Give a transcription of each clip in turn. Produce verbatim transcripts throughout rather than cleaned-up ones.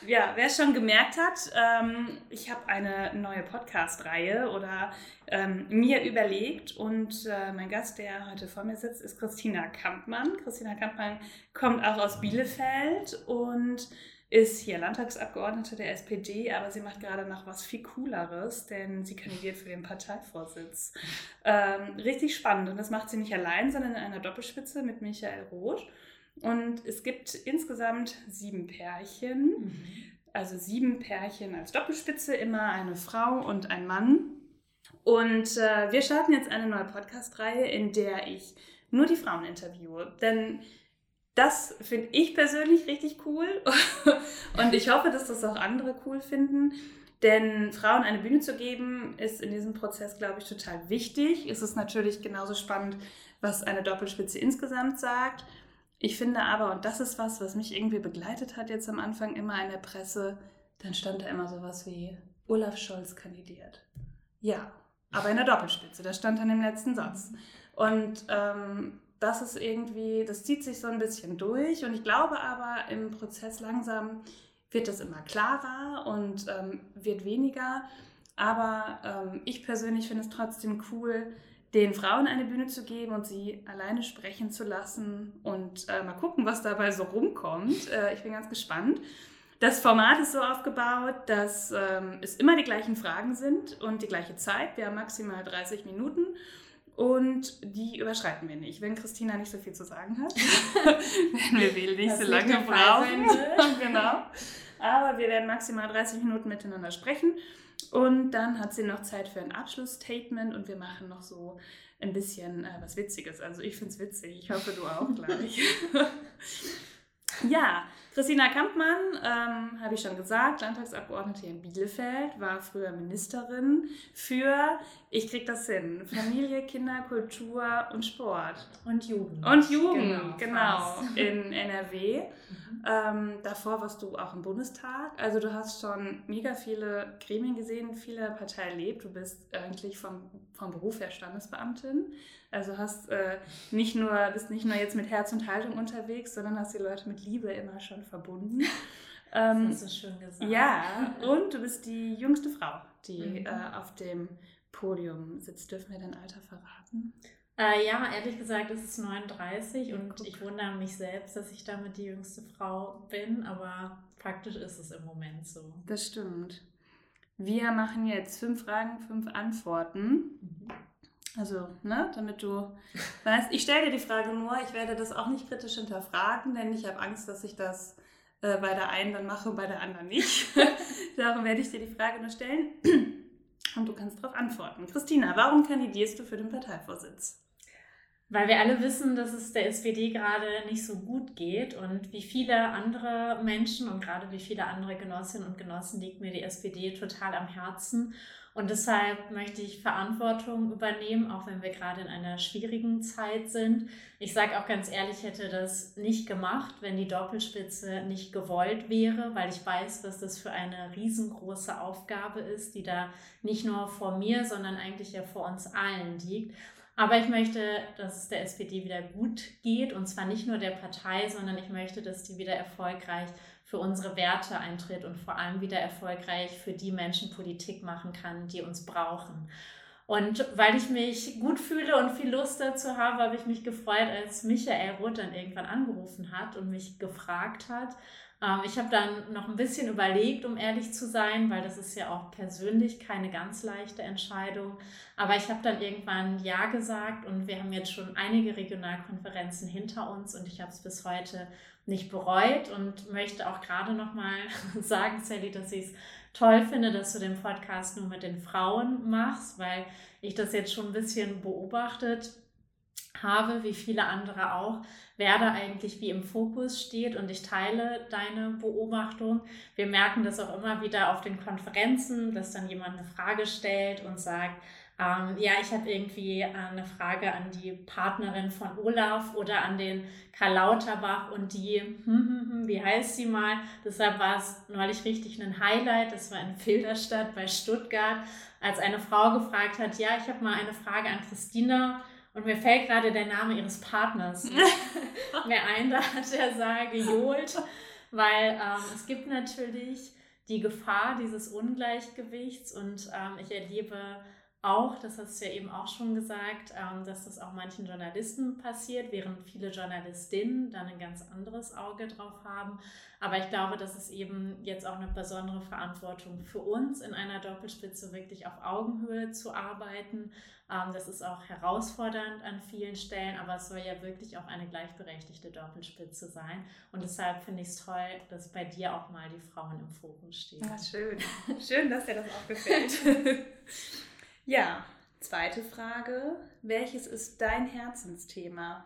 Ja, wer es schon gemerkt hat, ähm, ich habe eine neue Podcast-Reihe oder ähm, mir überlegt und äh, mein Gast, der heute vor mir sitzt, ist Christina Kampmann. Christina Kampmann kommt auch aus Bielefeld und ist hier Landtagsabgeordnete der S P D, aber sie macht gerade noch was viel Cooleres, denn sie kandidiert für den Parteivorsitz. Ähm, richtig spannend und das macht sie nicht allein, sondern in einer Doppelspitze mit Michael Roth. Und es gibt insgesamt sieben Pärchen, mhm. also sieben Pärchen als Doppelspitze, immer eine Frau und ein Mann. Und äh, wir starten jetzt eine neue Podcast-Reihe, in der ich nur die Frauen interviewe. Denn das finde ich persönlich richtig cool und ich hoffe, dass das auch andere cool finden. Denn Frauen eine Bühne zu geben, ist in diesem Prozess, glaube ich, total wichtig. Es ist natürlich genauso spannend, was eine Doppelspitze insgesamt sagt. Ich finde aber, und das ist was, was mich irgendwie begleitet hat jetzt am Anfang immer in der Presse, dann stand da immer sowas wie Olaf Scholz kandidiert. Ja, aber in der Doppelspitze, das stand dann im letzten Satz. Und ähm, das ist irgendwie, das zieht sich so ein bisschen durch und ich glaube aber, im Prozess langsam wird das immer klarer und ähm, wird weniger. Aber ähm, ich persönlich finde es trotzdem cool, den Frauen eine Bühne zu geben und sie alleine sprechen zu lassen und äh, mal gucken, was dabei so rumkommt. Äh, ich bin ganz gespannt. Das Format ist so aufgebaut, dass ähm, es immer die gleichen Fragen sind und die gleiche Zeit. Wir haben maximal dreißig Minuten und die überschreiten wir nicht. Wenn Christina nicht so viel zu sagen hat, werden wir wohl nicht so lange brauchen. Genau. Aber wir werden maximal dreißig Minuten miteinander sprechen. Und dann hat sie noch Zeit für ein Abschlussstatement und wir machen noch so ein bisschen äh, was Witziges. Also ich finde es witzig, ich hoffe du auch gleich. Ja, Christina Kampmann, ähm, habe ich schon gesagt, Landtagsabgeordnete in Bielefeld, war früher Ministerin für, ich krieg das hin, Familie, Kinder, Kultur und Sport. Und Jugend. Und Jugend, genau, genau in N R W. Mhm. Ähm, davor warst du auch im Bundestag. Also du hast schon mega viele Gremien gesehen, viele Parteien erlebt. Du bist eigentlich vom, vom Beruf her Standesbeamtin. Also hast äh, nicht nur, bist nicht nur jetzt mit Herz und Haltung unterwegs, sondern hast die Leute mit Liebe immer schon verbunden. Ähm, das ist so schön gesagt. Ja, und du bist die jüngste Frau, die mhm. äh, auf dem Podium sitzt. Dürfen wir dein Alter verraten? Äh, ja, ehrlich gesagt ist es neununddreißig ja, und guck. Ich wundere mich selbst, dass ich damit die jüngste Frau bin, aber faktisch ist es im Moment so. Das stimmt. Wir machen jetzt fünf Fragen, fünf Antworten. Mhm. Also, ne, damit du weißt, ich stelle dir die Frage nur, ich werde das auch nicht kritisch hinterfragen, denn ich habe Angst, dass ich das äh, bei der einen dann mache und bei der anderen nicht. Darum werde ich dir die Frage nur stellen und du kannst darauf antworten. Christina, warum kandidierst du für den Parteivorsitz? Weil wir alle wissen, dass es der S P D gerade nicht so gut geht und wie viele andere Menschen und gerade wie viele andere Genossinnen und Genossen liegt mir die S P D total am Herzen. Und deshalb möchte ich Verantwortung übernehmen, auch wenn wir gerade in einer schwierigen Zeit sind. Ich sage auch ganz ehrlich, ich hätte das nicht gemacht, wenn die Doppelspitze nicht gewollt wäre, weil ich weiß, dass das für eine riesengroße Aufgabe ist, die da nicht nur vor mir, sondern eigentlich ja vor uns allen liegt. Aber ich möchte, dass es der S P D wieder gut geht und zwar nicht nur der Partei, sondern ich möchte, dass die wieder erfolgreich für unsere Werte eintritt und vor allem wieder erfolgreich für die Menschen Politik machen kann, die uns brauchen. Und weil ich mich gut fühle und viel Lust dazu habe, habe ich mich gefreut, als Michael Roth dann irgendwann angerufen hat und mich gefragt hat. Ich habe dann noch ein bisschen überlegt, um ehrlich zu sein, weil das ist ja auch persönlich keine ganz leichte Entscheidung. Aber ich habe dann irgendwann Ja gesagt und wir haben jetzt schon einige Regionalkonferenzen hinter uns und ich habe es bis heute nicht bereut und möchte auch gerade noch mal sagen, Sally, dass ich es toll finde, dass du den Podcast nur mit den Frauen machst, weil ich das jetzt schon ein bisschen beobachtet habe, wie viele andere auch, wer da eigentlich wie im Fokus steht und ich teile deine Beobachtung. Wir merken das auch immer wieder auf den Konferenzen, dass dann jemand eine Frage stellt und sagt, ähm, ja, ich habe irgendwie eine Frage an die Partnerin von Olaf oder an den Karl Lauterbach und die, hm, hm, hm, wie heißt sie mal? Deshalb war es neulich richtig ein Highlight, das war in Filderstadt bei Stuttgart, als eine Frau gefragt hat, ja, ich habe mal eine Frage an Christina, und mir fällt gerade der Name ihres Partners mehr ein, da hat der Saal gejohlt. weil ähm, es gibt natürlich die Gefahr dieses Ungleichgewichts und ähm, ich erlebe auch, das hast du ja eben auch schon gesagt, ähm, dass das auch manchen Journalisten passiert, während viele Journalistinnen dann ein ganz anderes Auge drauf haben. Aber ich glaube, das ist eben jetzt auch eine besondere Verantwortung für uns, in einer Doppelspitze wirklich auf Augenhöhe zu arbeiten. Ähm, das ist auch herausfordernd an vielen Stellen, aber es soll ja wirklich auch eine gleichberechtigte Doppelspitze sein. Und deshalb finde ich es toll, dass bei dir auch mal die Frauen im Fokus stehen. Ja, schön. Schön, dass dir das auch gefällt. Ja, zweite Frage. Welches ist dein Herzensthema?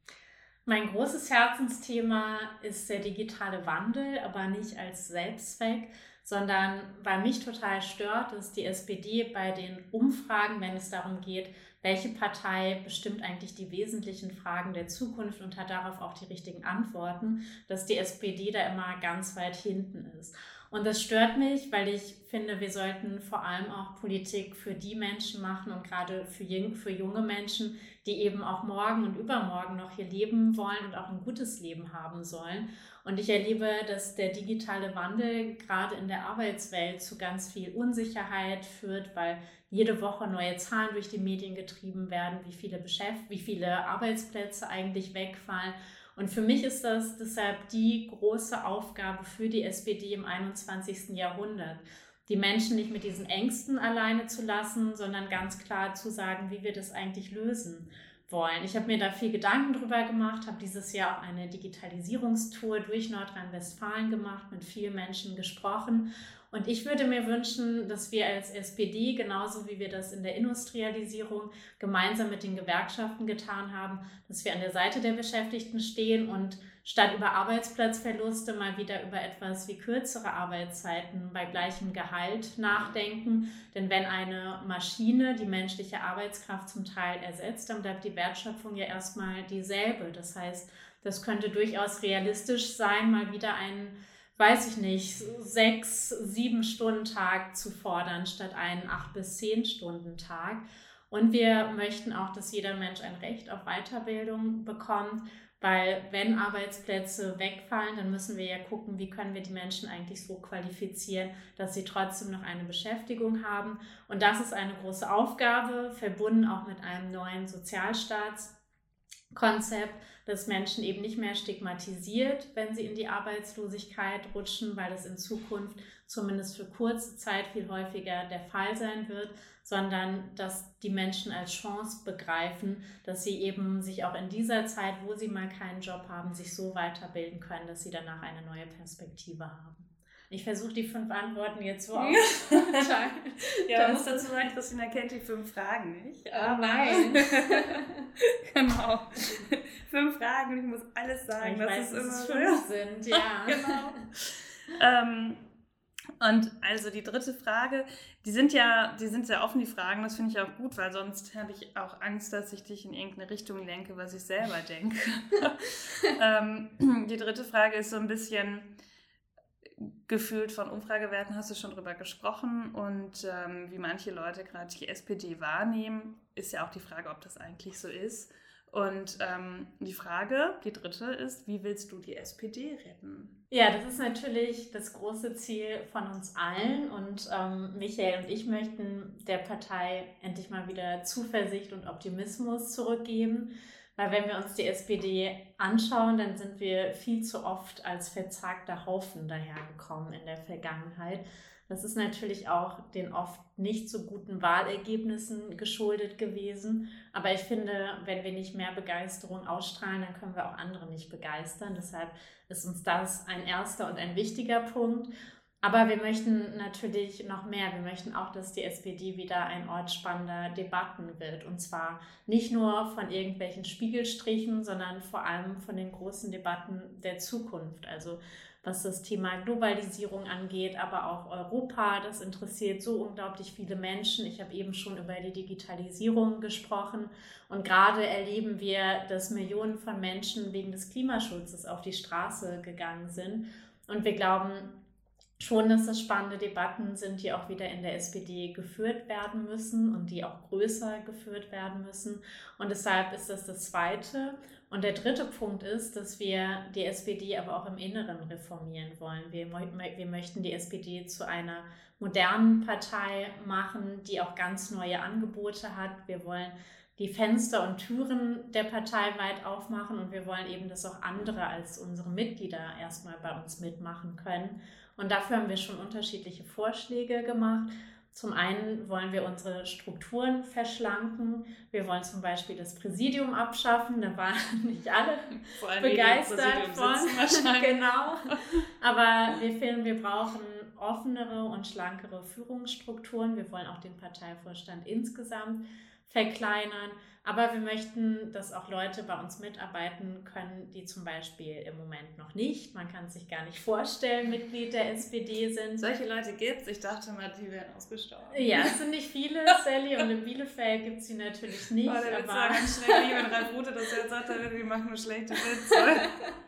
Mein großes Herzensthema ist der digitale Wandel, aber nicht als Selbstzweck, sondern weil mich total stört, dass die S P D bei den Umfragen, wenn es darum geht, welche Partei bestimmt eigentlich die wesentlichen Fragen der Zukunft und hat darauf auch die richtigen Antworten, dass die S P D da immer ganz weit hinten ist. Und das stört mich, weil ich finde, wir sollten vor allem auch Politik für die Menschen machen und gerade für, für junge Menschen, die eben auch morgen und übermorgen noch hier leben wollen und auch ein gutes Leben haben sollen. Und ich erlebe, dass der digitale Wandel gerade in der Arbeitswelt zu ganz viel Unsicherheit führt, weil jede Woche neue Zahlen durch die Medien getrieben werden, wie viele Beschäft- wie viele Arbeitsplätze eigentlich wegfallen. Und für mich ist das deshalb die große Aufgabe für die S P D im einundzwanzigsten Jahrhundert, die Menschen nicht mit diesen Ängsten alleine zu lassen, sondern ganz klar zu sagen, wie wir das eigentlich lösen wollen. Ich habe mir da viel Gedanken drüber gemacht, habe dieses Jahr auch eine Digitalisierungstour durch Nordrhein-Westfalen gemacht, mit vielen Menschen gesprochen. Und ich würde mir wünschen, dass wir als S P D, genauso wie wir das in der Industrialisierung gemeinsam mit den Gewerkschaften getan haben, dass wir an der Seite der Beschäftigten stehen und statt über Arbeitsplatzverluste mal wieder über etwas wie kürzere Arbeitszeiten bei gleichem Gehalt nachdenken. Denn wenn eine Maschine die menschliche Arbeitskraft zum Teil ersetzt, dann bleibt die Wertschöpfung ja erstmal dieselbe. Das heißt, das könnte durchaus realistisch sein, mal wieder einen, weiß ich nicht, sechs, sieben Stunden Tag zu fordern, statt einen acht bis zehn Stunden Tag. Und wir möchten auch, dass jeder Mensch ein Recht auf Weiterbildung bekommt, weil wenn Arbeitsplätze wegfallen, dann müssen wir ja gucken, wie können wir die Menschen eigentlich so qualifizieren, dass sie trotzdem noch eine Beschäftigung haben. Und das ist eine große Aufgabe, verbunden auch mit einem neuen Sozialstaatskonzept, das Menschen eben nicht mehr stigmatisiert, wenn sie in die Arbeitslosigkeit rutschen, weil das in Zukunft zumindest für kurze Zeit viel häufiger der Fall sein wird, sondern dass die Menschen als Chance begreifen, dass sie eben sich auch in dieser Zeit, wo sie mal keinen Job haben, sich so weiterbilden können, dass sie danach eine neue Perspektive haben. Ich versuche die fünf Antworten jetzt so aufzuteilen. Ja, man muss dazu sagen, Christina kennt die fünf Fragen nicht. Oh nein. Genau. Fünf Fragen und ich muss alles sagen. Ich dass weiß, es dass es immer fünf sind, ja. Genau. ähm, und also die dritte Frage, die sind ja, die sind sehr offen, die Fragen, das finde ich auch gut, weil sonst habe ich auch Angst, dass ich dich in irgendeine Richtung lenke, was ich selber denke. ähm, die dritte Frage ist so ein bisschen gefühlt von Umfragewerten, hast du schon drüber gesprochen und ähm, wie manche Leute gerade die S P D wahrnehmen, ist ja auch die Frage, ob das eigentlich so ist. Und ähm, die Frage, die dritte ist, wie willst du die S P D retten? Ja, das ist natürlich das große Ziel von uns allen und ähm, Michael und ich möchten der Partei endlich mal wieder Zuversicht und Optimismus zurückgeben, weil wenn wir uns die S P D anschauen, dann sind wir viel zu oft als verzagter Haufen dahergekommen in der Vergangenheit. Das ist natürlich auch den oft nicht so guten Wahlergebnissen geschuldet gewesen. Aber ich finde, wenn wir nicht mehr Begeisterung ausstrahlen, dann können wir auch andere nicht begeistern. Deshalb ist uns das ein erster und ein wichtiger Punkt. Aber wir möchten natürlich noch mehr. Wir möchten auch, dass die S P D wieder ein Ort spannender Debatten wird. Und zwar nicht nur von irgendwelchen Spiegelstrichen, sondern vor allem von den großen Debatten der Zukunft. Also was das Thema Globalisierung angeht, aber auch Europa. Das interessiert so unglaublich viele Menschen. Ich habe eben schon über die Digitalisierung gesprochen. Und gerade erleben wir, dass Millionen von Menschen wegen des Klimaschutzes auf die Straße gegangen sind. Und wir glauben, schon, dass das spannende Debatten sind, die auch wieder in der S P D geführt werden müssen und die auch größer geführt werden müssen. Und deshalb ist das das Zweite. Und der dritte Punkt ist, dass wir die S P D aber auch im Inneren reformieren wollen. Wir, wir möchten die S P D zu einer modernen Partei machen, die auch ganz neue Angebote hat. Wir wollen die Fenster und Türen der Partei weit aufmachen und wir wollen eben, dass auch andere als unsere Mitglieder erstmal bei uns mitmachen können. Und dafür haben wir schon unterschiedliche Vorschläge gemacht. Zum einen wollen wir unsere Strukturen verschlanken. Wir wollen zum Beispiel das Präsidium abschaffen. Da waren nicht alle begeistert von. Genau. Aber wir finden, wir brauchen offenere und schlankere Führungsstrukturen. Wir wollen auch den Parteivorstand insgesamt verkleinern. Aber wir möchten, dass auch Leute bei uns mitarbeiten können, die zum Beispiel im Moment noch nicht, man kann es sich gar nicht vorstellen, Mitglied der S P D sind. Solche Leute gibt es. Ich dachte mal, die werden ausgestorben. Ja, es sind nicht viele, Sally, und in Bielefeld gibt es sie natürlich nicht. Oh, der aber Witz war ganz schnell, wenn Ralf Rute das jetzt sagt, wir machen nur schlechte Witze.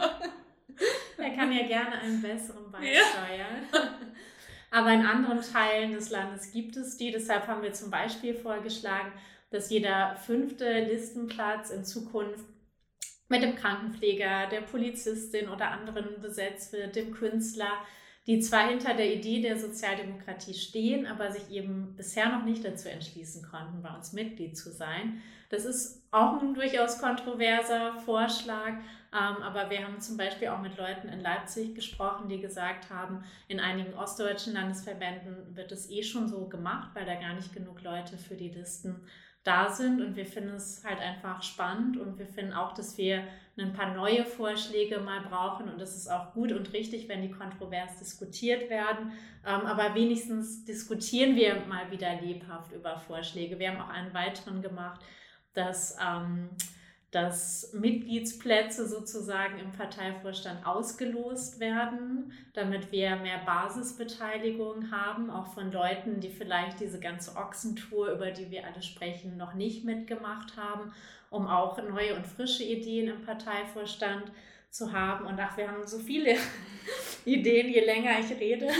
Er kann ja gerne einen besseren beisteuern. Ja. Aber in anderen Teilen des Landes gibt es die. Deshalb haben wir zum Beispiel vorgeschlagen, dass jeder fünfte Listenplatz in Zukunft mit dem Krankenpfleger, der Polizistin oder anderen besetzt wird, dem Künstler, die zwar hinter der Idee der Sozialdemokratie stehen, aber sich eben bisher noch nicht dazu entschließen konnten, bei uns Mitglied zu sein. Das ist auch ein durchaus kontroverser Vorschlag, ähm, aber wir haben zum Beispiel auch mit Leuten in Leipzig gesprochen, die gesagt haben, in einigen ostdeutschen Landesverbänden wird es eh schon so gemacht, weil da gar nicht genug Leute für die Listen da sind, und wir finden es halt einfach spannend und wir finden auch, dass wir ein paar neue Vorschläge mal brauchen, und es ist auch gut und richtig, wenn die kontrovers diskutiert werden, ähm, aber wenigstens diskutieren wir mal wieder lebhaft über Vorschläge. Wir haben auch einen weiteren gemacht, dass, ähm, dass Mitgliedsplätze sozusagen im Parteivorstand ausgelost werden, damit wir mehr Basisbeteiligung haben, auch von Leuten, die vielleicht diese ganze Ochsentour, über die wir alle sprechen, noch nicht mitgemacht haben, um auch neue und frische Ideen im Parteivorstand zu haben. Und ach, wir haben so viele Ideen, je länger ich rede,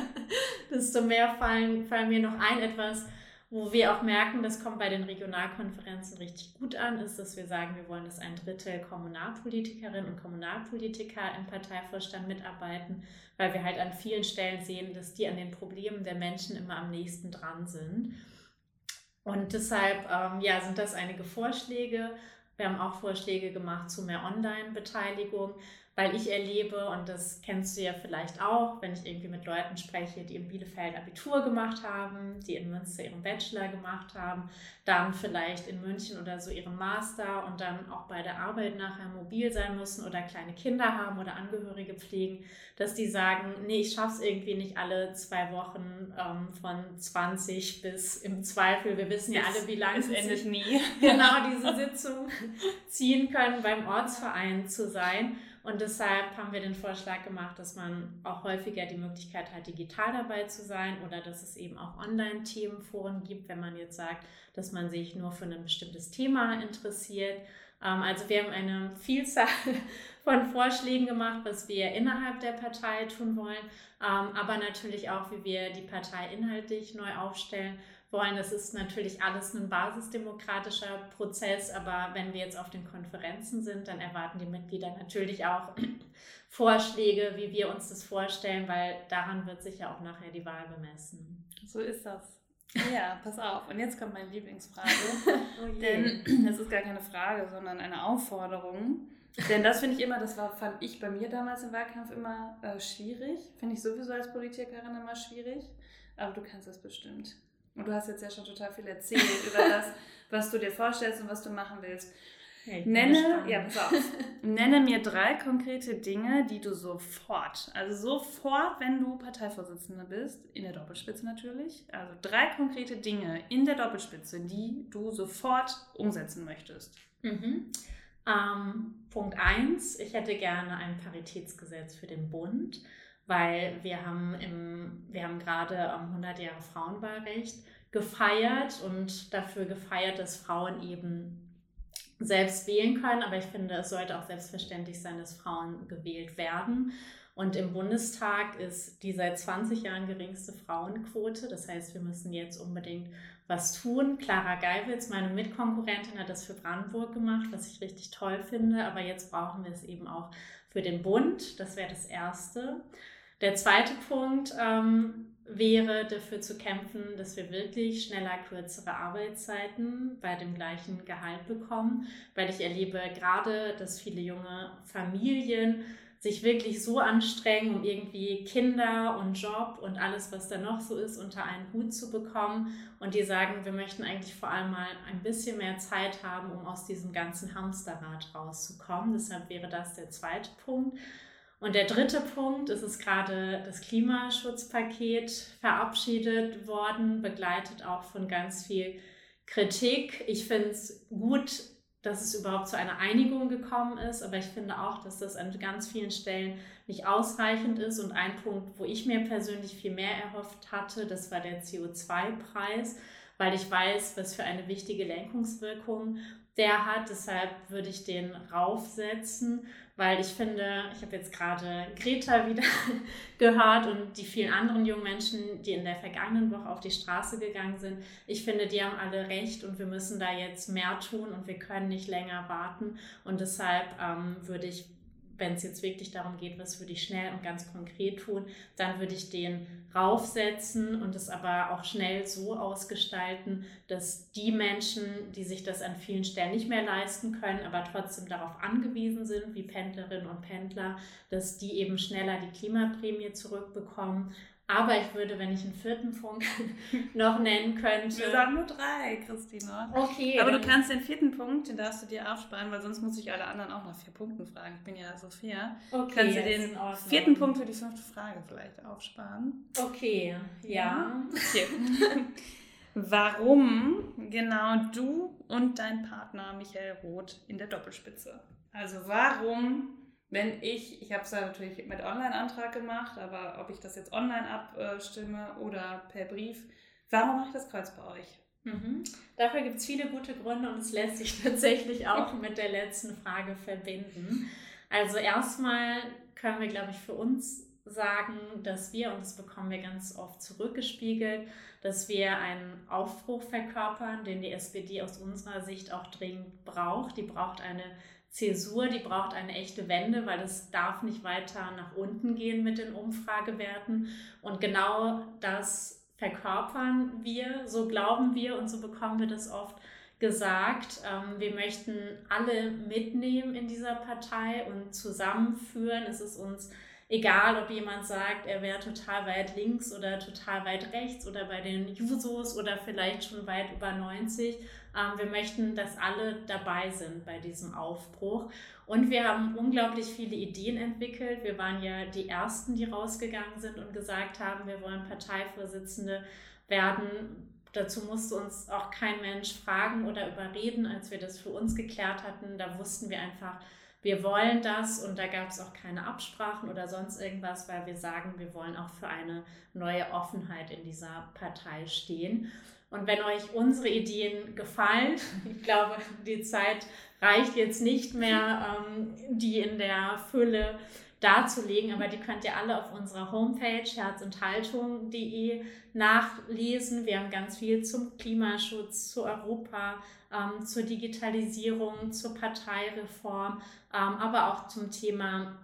desto mehr fallen, fallen mir noch ein. Etwas, wo wir auch merken, das kommt bei den Regionalkonferenzen richtig gut an, ist, dass wir sagen, wir wollen, dass ein Drittel Kommunalpolitikerinnen und Kommunalpolitiker im Parteivorstand mitarbeiten, weil wir halt an vielen Stellen sehen, dass die an den Problemen der Menschen immer am nächsten dran sind. Und deshalb ähm, ja, sind das einige Vorschläge. Wir haben auch Vorschläge gemacht zu mehr Online-Beteiligung, weil ich erlebe, und das kennst du ja vielleicht auch, wenn ich irgendwie mit Leuten spreche, die in Bielefeld Abitur gemacht haben, die in Münster ihren Bachelor gemacht haben, dann vielleicht in München oder so ihren Master und dann auch bei der Arbeit nachher mobil sein müssen oder kleine Kinder haben oder Angehörige pflegen, dass die sagen, nee, ich schaffe es irgendwie nicht alle zwei Wochen ähm, von zwanzig bis im Zweifel, wir wissen ja alle, wie lange es endet nie, genau diese Sitzung ziehen können, beim Ortsverein zu sein. Und deshalb haben wir den Vorschlag gemacht, dass man auch häufiger die Möglichkeit hat, digital dabei zu sein, oder dass es eben auch Online-Themenforen gibt, wenn man jetzt sagt, dass man sich nur für ein bestimmtes Thema interessiert. Also wir haben eine Vielzahl von Vorschlägen gemacht, was wir innerhalb der Partei tun wollen, aber natürlich auch, wie wir die Partei inhaltlich neu aufstellen wollen. Das ist natürlich alles ein basisdemokratischer Prozess, aber wenn wir jetzt auf den Konferenzen sind, dann erwarten die Mitglieder natürlich auch Vorschläge, wie wir uns das vorstellen, weil daran wird sich ja auch nachher die Wahl bemessen. So ist das. Ja, pass auf. Und jetzt kommt meine Lieblingsfrage. Oh je. Denn das ist gar keine Frage, sondern eine Aufforderung. Denn das finde ich immer, das war, fand ich bei mir damals im Wahlkampf immer äh, schwierig. Finde ich sowieso als Politikerin immer schwierig. Aber du kannst das bestimmt. Und du hast jetzt ja schon total viel erzählt über das, was du dir vorstellst und was du machen willst. Hey, Nenne, ja, pass auf. Nenne mir drei konkrete Dinge, die du sofort, also sofort, wenn du Parteivorsitzende bist, in der Doppelspitze natürlich, also drei konkrete Dinge in der Doppelspitze, die du sofort umsetzen möchtest. Mhm. Ähm, Punkt eins, ich hätte gerne ein Paritätsgesetz für den Bund, weil wir haben, im, wir haben gerade um, hundert Jahre Frauenwahlrecht gefeiert und dafür gefeiert, dass Frauen eben selbst wählen können, aber ich finde, es sollte auch selbstverständlich sein, dass Frauen gewählt werden. Und im Bundestag ist die seit zwanzig Jahren geringste Frauenquote. Das heißt, wir müssen jetzt unbedingt was tun. Clara Geiwitz, meine Mitkonkurrentin, hat das für Brandenburg gemacht, was ich richtig toll finde. Aber jetzt brauchen wir es eben auch für den Bund. Das wäre das Erste. Der zweite Punkt ähm, wäre dafür zu kämpfen, dass wir wirklich schneller kürzere Arbeitszeiten bei dem gleichen Gehalt bekommen. Weil ich erlebe gerade, dass viele junge Familien sich wirklich so anstrengen, um irgendwie Kinder und Job und alles, was da noch so ist, unter einen Hut zu bekommen. Und die sagen, wir möchten eigentlich vor allem mal ein bisschen mehr Zeit haben, um aus diesem ganzen Hamsterrad rauszukommen. Deshalb wäre das der zweite Punkt. Und der dritte Punkt, es ist gerade das Klimaschutzpaket verabschiedet worden, begleitet auch von ganz viel Kritik. Ich finde es gut, dass es überhaupt zu einer Einigung gekommen ist, aber ich finde auch, dass das an ganz vielen Stellen nicht ausreichend ist. Und ein Punkt, wo ich mir persönlich viel mehr erhofft hatte, das war der C O zwei Preis, weil ich weiß, was für eine wichtige Lenkungswirkung der hat. Deshalb würde ich den raufsetzen, weil ich finde, ich habe jetzt gerade Greta wieder gehört und die vielen anderen jungen Menschen, die in der vergangenen Woche auf die Straße gegangen sind. Ich finde, die haben alle recht und wir müssen da jetzt mehr tun und wir können nicht länger warten. Und deshalb ähm, würde ich, wenn es jetzt wirklich darum geht, was würde ich schnell und ganz konkret tun, dann würde ich den raufsetzen und es aber auch schnell so ausgestalten, dass die Menschen, die sich das an vielen Stellen nicht mehr leisten können, aber trotzdem darauf angewiesen sind, wie Pendlerinnen und Pendler, dass die eben schneller die Klimaprämie zurückbekommen. Aber ich würde, wenn ich einen vierten Punkt noch nennen könnte... Wir sagen nur drei, Christina. Okay. Aber du kannst den vierten Punkt, den darfst du dir aufsparen, weil sonst muss ich alle anderen auch nach vier Punkten fragen. Ich bin ja Sophia. Okay, kannst du den vierten Punkt für die fünfte Frage vielleicht aufsparen? Okay, ja. ja. Okay. Warum genau du und dein Partner Michael Roth in der Doppelspitze? Also warum... Wenn ich, ich habe es ja natürlich mit Online-Antrag gemacht, aber ob ich das jetzt online abstimme oder per Brief, warum mache ich das Kreuz bei euch? Mhm. Dafür gibt es viele gute Gründe und es lässt sich tatsächlich auch mit der letzten Frage verbinden. Also erstmal können wir, glaube ich, für uns sagen, dass wir, und das bekommen wir ganz oft zurückgespiegelt, dass wir einen Aufbruch verkörpern, den die S P D aus unserer Sicht auch dringend braucht. Die braucht eine Zäsur, die braucht eine echte Wende, weil es darf nicht weiter nach unten gehen mit den Umfragewerten. Und genau das verkörpern wir, so glauben wir und so bekommen wir das oft gesagt. Wir möchten alle mitnehmen in dieser Partei und zusammenführen. Es ist uns egal, ob jemand sagt, er wäre total weit links oder total weit rechts oder bei den Jusos oder vielleicht schon weit über neunzig. Wir möchten, dass alle dabei sind bei diesem Aufbruch. Und wir haben unglaublich viele Ideen entwickelt. Wir waren ja die Ersten, die rausgegangen sind und gesagt haben, wir wollen Parteivorsitzende werden. Dazu musste uns auch kein Mensch fragen oder überreden, als wir das für uns geklärt hatten. Da wussten wir einfach, wir wollen das und da gab es auch keine Absprachen oder sonst irgendwas, weil wir sagen, wir wollen auch für eine neue Offenheit in dieser Partei stehen. Und wenn euch unsere Ideen gefallen, ich glaube, die Zeit reicht jetzt nicht mehr, ähm, die in der Fülle darzulegen, aber die könnt ihr alle auf unserer Homepage herz und haltung punkt de nachlesen. Wir haben ganz viel zum Klimaschutz, zu Europa, ähm, zur Digitalisierung, zur Parteireform, ähm, aber auch zum Thema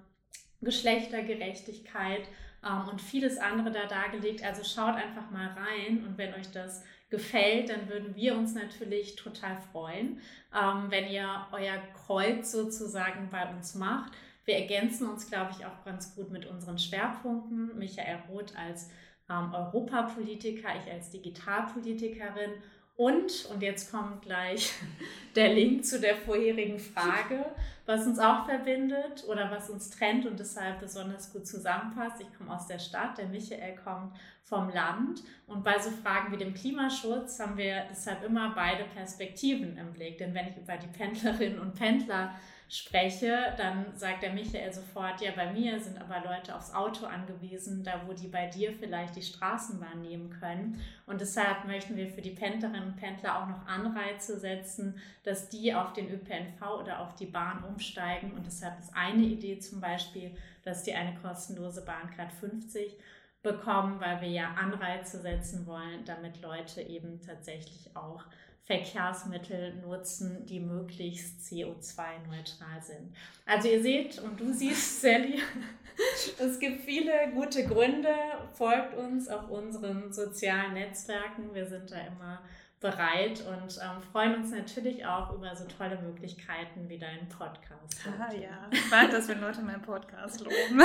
Geschlechtergerechtigkeit ähm, und vieles andere da dargelegt. Also schaut einfach mal rein und wenn euch das gefällt, dann würden wir uns natürlich total freuen, ähm, wenn ihr euer Kreuz sozusagen bei uns macht. Wir ergänzen uns, glaube ich, auch ganz gut mit unseren Schwerpunkten. Michael Roth als ähm, Europapolitiker, ich als Digitalpolitikerin und, und jetzt kommt gleich der Link zu der vorherigen Frage, was uns auch verbindet oder was uns trennt und deshalb besonders gut zusammenpasst. Ich komme aus der Stadt, der Michael kommt vom Land und bei so Fragen wie dem Klimaschutz haben wir deshalb immer beide Perspektiven im Blick. Denn wenn ich über die Pendlerinnen und Pendler spreche, dann sagt der Michael sofort, ja, bei mir sind aber Leute aufs Auto angewiesen, da wo die bei dir vielleicht die Straßenbahn nehmen können. Und deshalb möchten wir für die Pendlerinnen und Pendler auch noch Anreize setzen, dass die auf den Ö P N V oder auf die Bahn umsteigen. Und deshalb ist eine Idee zum Beispiel dass die eine kostenlose Bahncard fünfzig bekommen, weil wir ja Anreize setzen wollen, damit Leute eben tatsächlich auch Verkehrsmittel nutzen, die möglichst C O zwei neutral sind. Also ihr seht und du siehst, Sally, es gibt viele gute Gründe. Folgt uns auf unseren sozialen Netzwerken. Wir sind da immer bereit und ähm, freuen uns natürlich auch über so tolle Möglichkeiten wie deinen Podcast. Ah ja, ich mag das, wenn Leute meinen Podcast loben.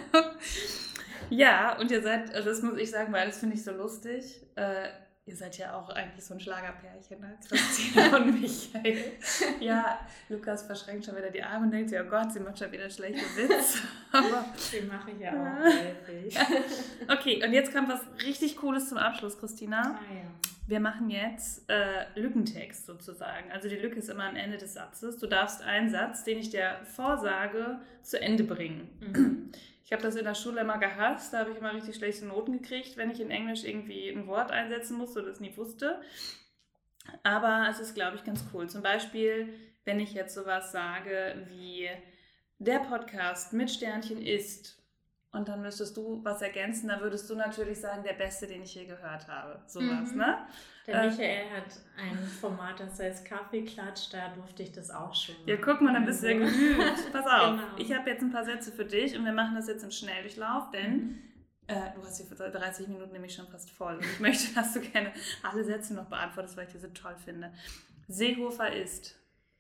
Ja, und ihr seid, das muss ich sagen, weil das finde ich so lustig, äh, ihr seid ja auch eigentlich so ein Schlagerpärchen, ne? Christina und Michael. Ja, Lukas verschränkt schon wieder die Arme und denkt sich, oh Gott, sie macht schon wieder schlechte Witze. Aber den mache ich ja auch häufig. Okay, und jetzt kommt was richtig Cooles zum Abschluss, Christina. Ah, ja. Wir machen jetzt äh, Lückentext sozusagen. Also die Lücke ist immer am Ende des Satzes. Du darfst einen Satz, den ich dir vorsage, zu Ende bringen. Mhm. Ich habe das in der Schule immer gehasst, da habe ich immer richtig schlechte Noten gekriegt, wenn ich in Englisch irgendwie ein Wort einsetzen musste oder es nie wusste. Aber es ist, glaube ich, ganz cool. Zum Beispiel, wenn ich jetzt sowas sage wie der Podcast mit Sternchen ist und dann müsstest du was ergänzen, dann würdest du natürlich sagen, der beste, den ich je gehört habe. Sowas, mhm. ne? Der Michael äh, hat ein Format, das heißt Kaffeeklatsch, da durfte ich das auch schon. Ja, guck mal, dann bist du ja geübt. Pass auf, genau. Ich habe jetzt ein paar Sätze für dich und wir machen das jetzt im Schnelldurchlauf, denn mhm. äh, du hast hier für dreißig Minuten nämlich schon fast voll. Und ich möchte, dass du gerne alle Sätze noch beantwortest, weil ich die so toll finde. Seehofer ist...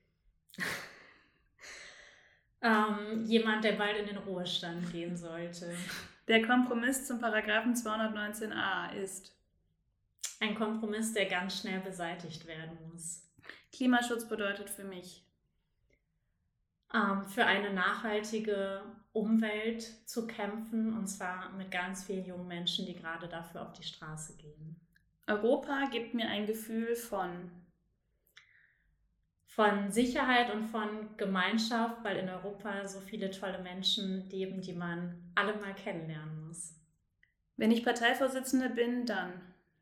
ähm, jemand, der bald in den Ruhestand gehen sollte. Der Kompromiss zum Paragraphen zweihundertneunzehn a ist... Ein Kompromiss, der ganz schnell beseitigt werden muss. Klimaschutz bedeutet für mich? Ähm, für eine nachhaltige Umwelt zu kämpfen, und zwar mit ganz vielen jungen Menschen, die gerade dafür auf die Straße gehen. Europa gibt mir ein Gefühl von? Von Sicherheit und von Gemeinschaft, weil in Europa so viele tolle Menschen leben, die man alle mal kennenlernen muss. Wenn ich Parteivorsitzende bin, dann?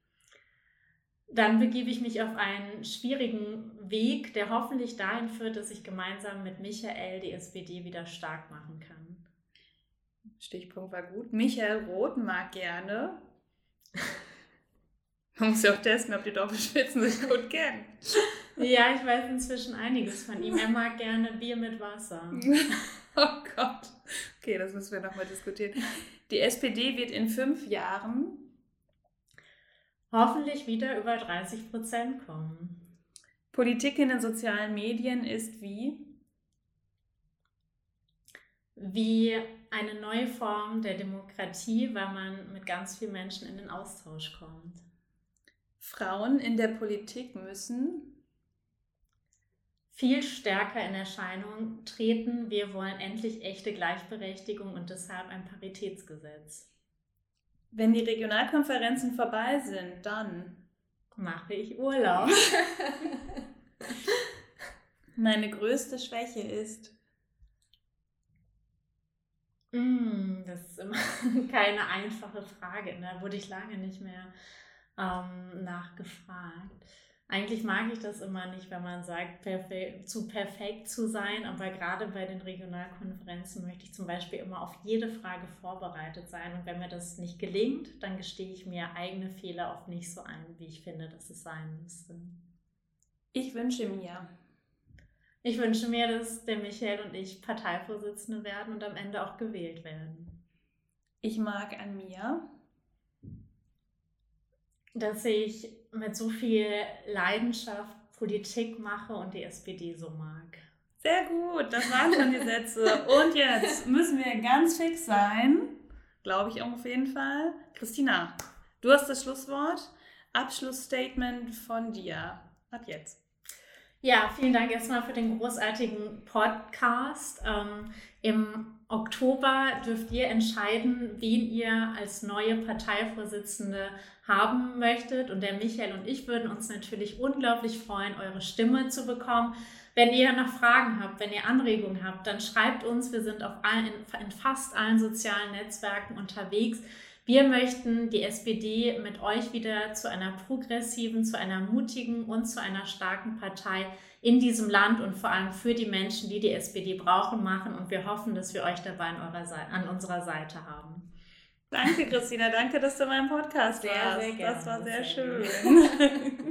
Dann begebe ich mich auf einen schwierigen Weg, der hoffentlich dahin führt, dass ich gemeinsam mit Michael die S P D wieder stark machen kann. Stichpunkt war gut. Michael Roth mag gerne. Man muss ja auch testen, ob die Doppelspitzen sich gut kennen. Ja, ich weiß inzwischen einiges von ihm. Er mag gerne Bier mit Wasser. Oh Gott. Okay, das müssen wir nochmal diskutieren. Die S P D wird in fünf Jahren... hoffentlich wieder über dreißig Prozent kommen. Politik in den sozialen Medien ist wie? Wie eine neue Form der Demokratie, weil man mit ganz vielen Menschen in den Austausch kommt. Frauen in der Politik müssen viel stärker in Erscheinung treten. Wir wollen endlich echte Gleichberechtigung und deshalb ein Paritätsgesetz. Wenn die Regionalkonferenzen vorbei sind, dann mache ich Urlaub. Meine größte Schwäche ist? Mm, das ist immer keine einfache Frage. Da wurde ich lange nicht mehr ähm, nachgefragt. Eigentlich mag ich das immer nicht, wenn man sagt, perfekt, zu perfekt zu sein, aber gerade bei den Regionalkonferenzen möchte ich zum Beispiel immer auf jede Frage vorbereitet sein und wenn mir das nicht gelingt, dann gestehe ich mir eigene Fehler oft nicht so ein, wie ich finde, dass es sein müsste. Ich wünsche mir. Ich wünsche mir, dass der Michael und ich Parteivorsitzende werden und am Ende auch gewählt werden. Ich mag an mir, dass ich mit so viel Leidenschaft Politik mache und die S P D so mag. Sehr gut, das waren schon die Sätze. Und jetzt müssen wir ganz fix sein, glaube ich auf jeden Fall. Christina, du hast das Schlusswort. Abschlussstatement von dir. Ab jetzt. Ja, vielen Dank erstmal für den großartigen Podcast. Ähm, Im Oktober dürft ihr entscheiden, wen ihr als neue Parteivorsitzende haben möchtet. Und der Michael und ich würden uns natürlich unglaublich freuen, eure Stimme zu bekommen. Wenn ihr noch Fragen habt, wenn ihr Anregungen habt, dann schreibt uns. Wir sind auf allen, in fast allen sozialen Netzwerken unterwegs. Wir möchten die S P D mit euch wieder zu einer progressiven, zu einer mutigen und zu einer starken Partei in diesem Land und vor allem für die Menschen, die die S P D brauchen, machen. Und wir hoffen, dass wir euch dabei an, eurer Seite, an unserer Seite haben. Danke, Christina. Danke, dass du in meinem Podcast sehr, warst. Sehr gerne. Das war sehr, sehr schön.